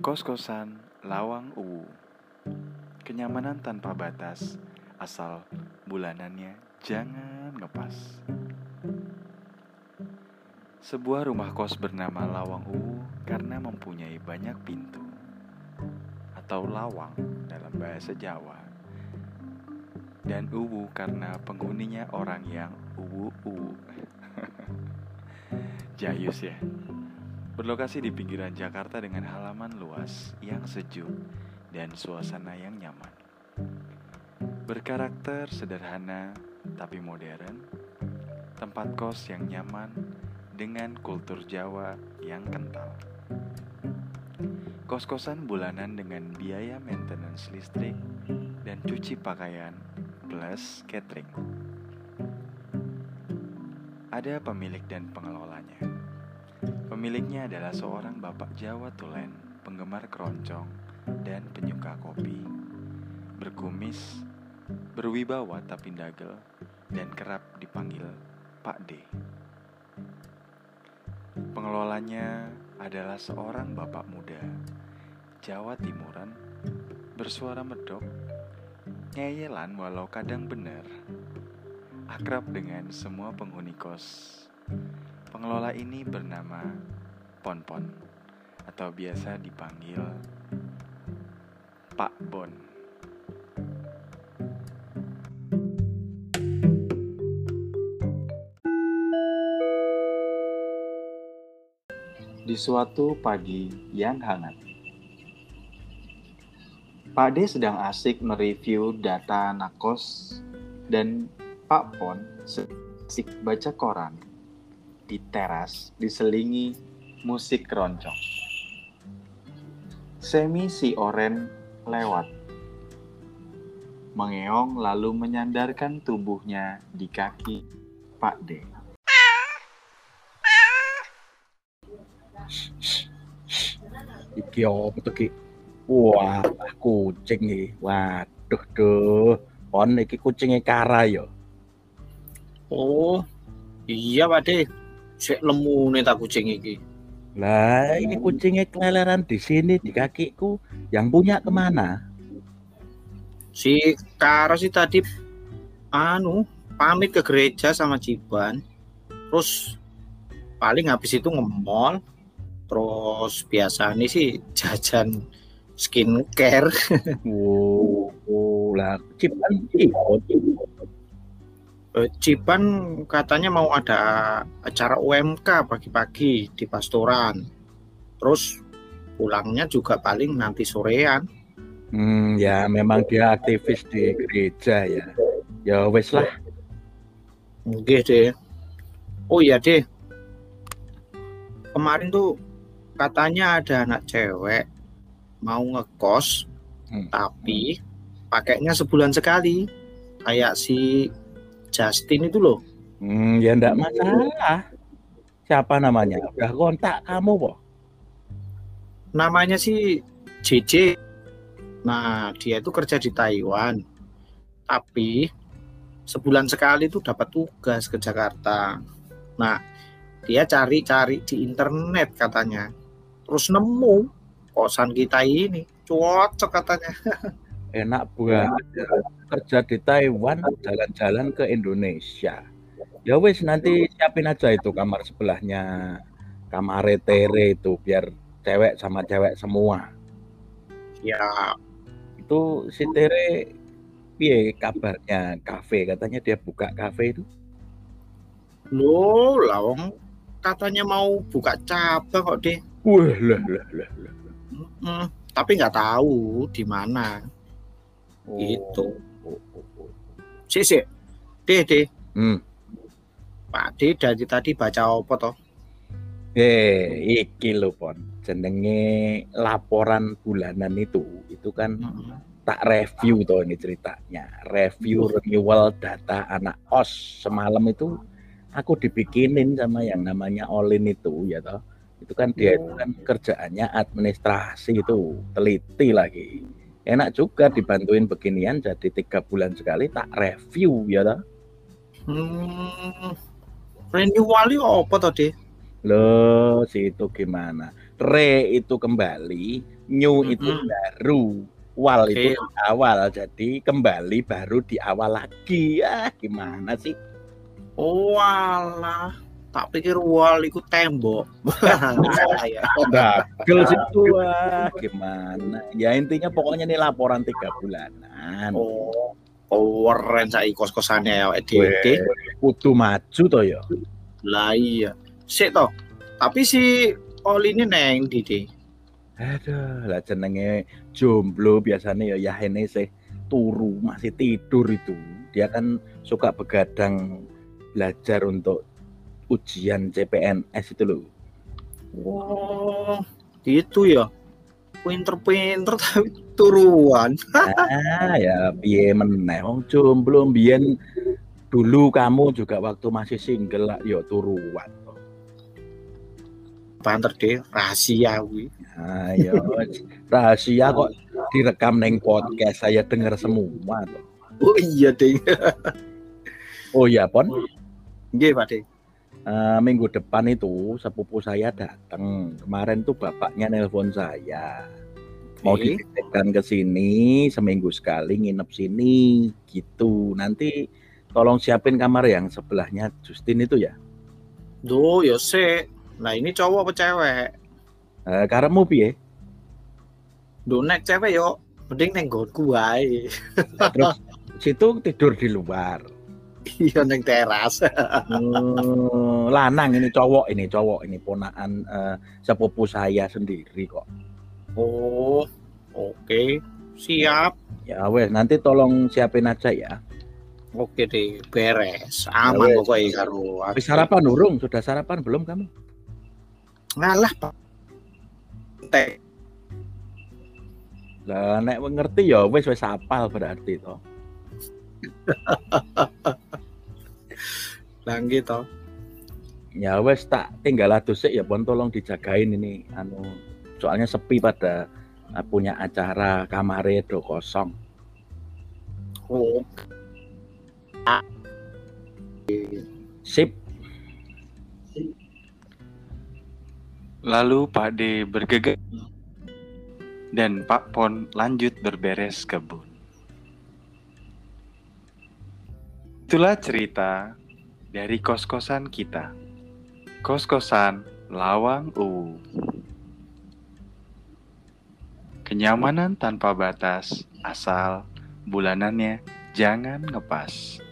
Kos-kosan Lawang Uwu. Kenyamanan tanpa batas, asal bulanannya jangan ngepas. Sebuah rumah kos bernama Lawang Uwu karena mempunyai banyak pintu, atau lawang dalam bahasa Jawa. Dan uwu karena penghuninya orang yang uwu-uwu. Jayus ya. Berlokasi di pinggiran Jakarta dengan halaman luas yang sejuk dan suasana yang nyaman. Berkarakter sederhana tapi modern, tempat kos yang nyaman dengan kultur Jawa yang kental. Kos-kosan bulanan dengan biaya maintenance listrik dan cuci pakaian plus catering. Ada pemilik dan pengelolanya. Pemiliknya adalah seorang bapak Jawa tulen, penggemar keroncong dan penyuka kopi. Berkumis, berwibawa tapi ndagel, dan kerap dipanggil Pak D. Pengelolanya adalah seorang bapak muda, Jawa Timuran, bersuara medok, ngeyelan walau kadang benar, akrab dengan semua penghuni kos. Pengelola ini bernama Ponpon, atau biasa dipanggil Pak Bon. Di suatu pagi yang hangat, Pak D sedang asik mereview data anak kos dan Pak Pon asik baca koran. Di teras diselingi musik keroncong. Semi si oren lewat, mengeong lalu menyandarkan tubuhnya di kaki Pak D. Iki apa tuh Ki? Wah, kucing iki. Waduh duh. Pon iki kucinge Kara ya. Oh, iya Pak De. Sik lemune ta kucing iki. Lah, ini kucingnya keleleran di sini di kakiku. Yang punya kemana? Si Kara sih tadi pamit ke gereja sama Ciban. Terus paling habis itu nge-mall. Terus biasanya sih jajan skincare. Lah, Cipan ikut. Ciban katanya mau ada acara UMK pagi-pagi di Pastoran. Terus pulangnya juga paling nanti sorean. Ya memang dia aktivis di gereja ya. Ya wes lah. Oke deh. Oh iya deh. Kemarin tuh katanya ada anak cewek mau ngekos, tapi pakainya sebulan sekali. Kayak si Justin itu loh. Ya enggak masalah. Siapa namanya? Udah kontak kamu kok. Namanya sih JJ. Nah, dia itu kerja di Taiwan. Tapi sebulan sekali tuh dapat tugas ke Jakarta. Nah, dia cari-cari di internet katanya. Terus nemu kosan kita ini. Cocok katanya. Enak banget kerja di Taiwan, jalan-jalan ke Indonesia. Ya wis nanti siapin aja itu kamar sebelahnya, kamar Tere itu biar cewek sama cewek semua. Ya, itu si Tere piye kabarnya kafe, katanya dia buka kafe itu. loh, lawang katanya mau buka cabang kok deh. Wah lah. Tapi nggak tahu di mana. Itu. Sik. Deh. Pak D dari tadi baca apa toh? Iki lho Pon, jenenge laporan bulanan itu kan tak review toh ini ceritanya. Review renewal data anak kos. Semalam itu aku dibikinin sama yang namanya Olin itu ya toh. Itu kan dia itu kan kerjaannya administrasi itu, teliti lagi. Enak juga dibantuin beginian, jadi 3 bulan sekali tak review ya toh. Renewal apa toh deh? Loh, si itu gimana? Re itu kembali New itu baru, wal Oke. itu di awal, jadi kembali baru di awal lagi. Ya gimana sih? Oh alah, tak pikir wall iku tembok. Ya. Dagel situ, wah gimana? Ya intinya pokoknya ini laporan 3 bulanan. Oh, keren saiki kos-kosannya ya Weh, Dede. kudu maju toh ya. Lah iya. Sik toh. Tapi si Oli ini neng Dede. Aduh, lah jenenge jomblo biasanya ya ini sih turu masih tidur itu. Dia kan suka begadang belajar untuk ujian CPNS itu loh. Wow, gitu ya. Pinter-pinter tapi turuan. Ya piye meneh wong jomblo mbiyen dulu kamu juga waktu masih single lah ya turuan. Banter deh, rahasia wi. Ayo, rahasia kok direkam neng podcast, saya dengar semua tuh. Oh iya deh. Oh ya Pon, Nggih Pak Ding. minggu depan itu sepupu saya datang. Kemarin tuh bapaknya nelpon saya. Mau Oke. dititipkan ke sini seminggu sekali nginep sini gitu. Nanti tolong siapin kamar yang sebelahnya Justin itu ya. Duh, ya sik. Nah ini cowok apa cewek? Karepmu piye? Duh nek cewek yo, mending neng nggonku wae. Terus situ tidur di luar. Iya neng teras. Lanang ini cowok ini ponakan sepupu saya sendiri kok. Oh, oke. Siap. Ya wes nanti tolong siapin aja ya. Oke deh, beres. Aman Ya, pokoknya karo. Habis sarapan urung? Sudah sarapan belum kamu? Ngalah Pak. Teh. Lah nek ngerti ya wes apal berarti toh. Lah gitu. Ya wes tak tinggal adusik ya Pon, tolong dijagain ini soalnya sepi pada punya acara kamare do kosong. Oh, Sip. Lalu Pak D bergegas dan Pak Pon lanjut berberes kebun. Itulah cerita dari kos-kosan kita. Kos-kosan Lawang Uwu. Kenyamanan tanpa batas, asal bulanannya jangan ngepas.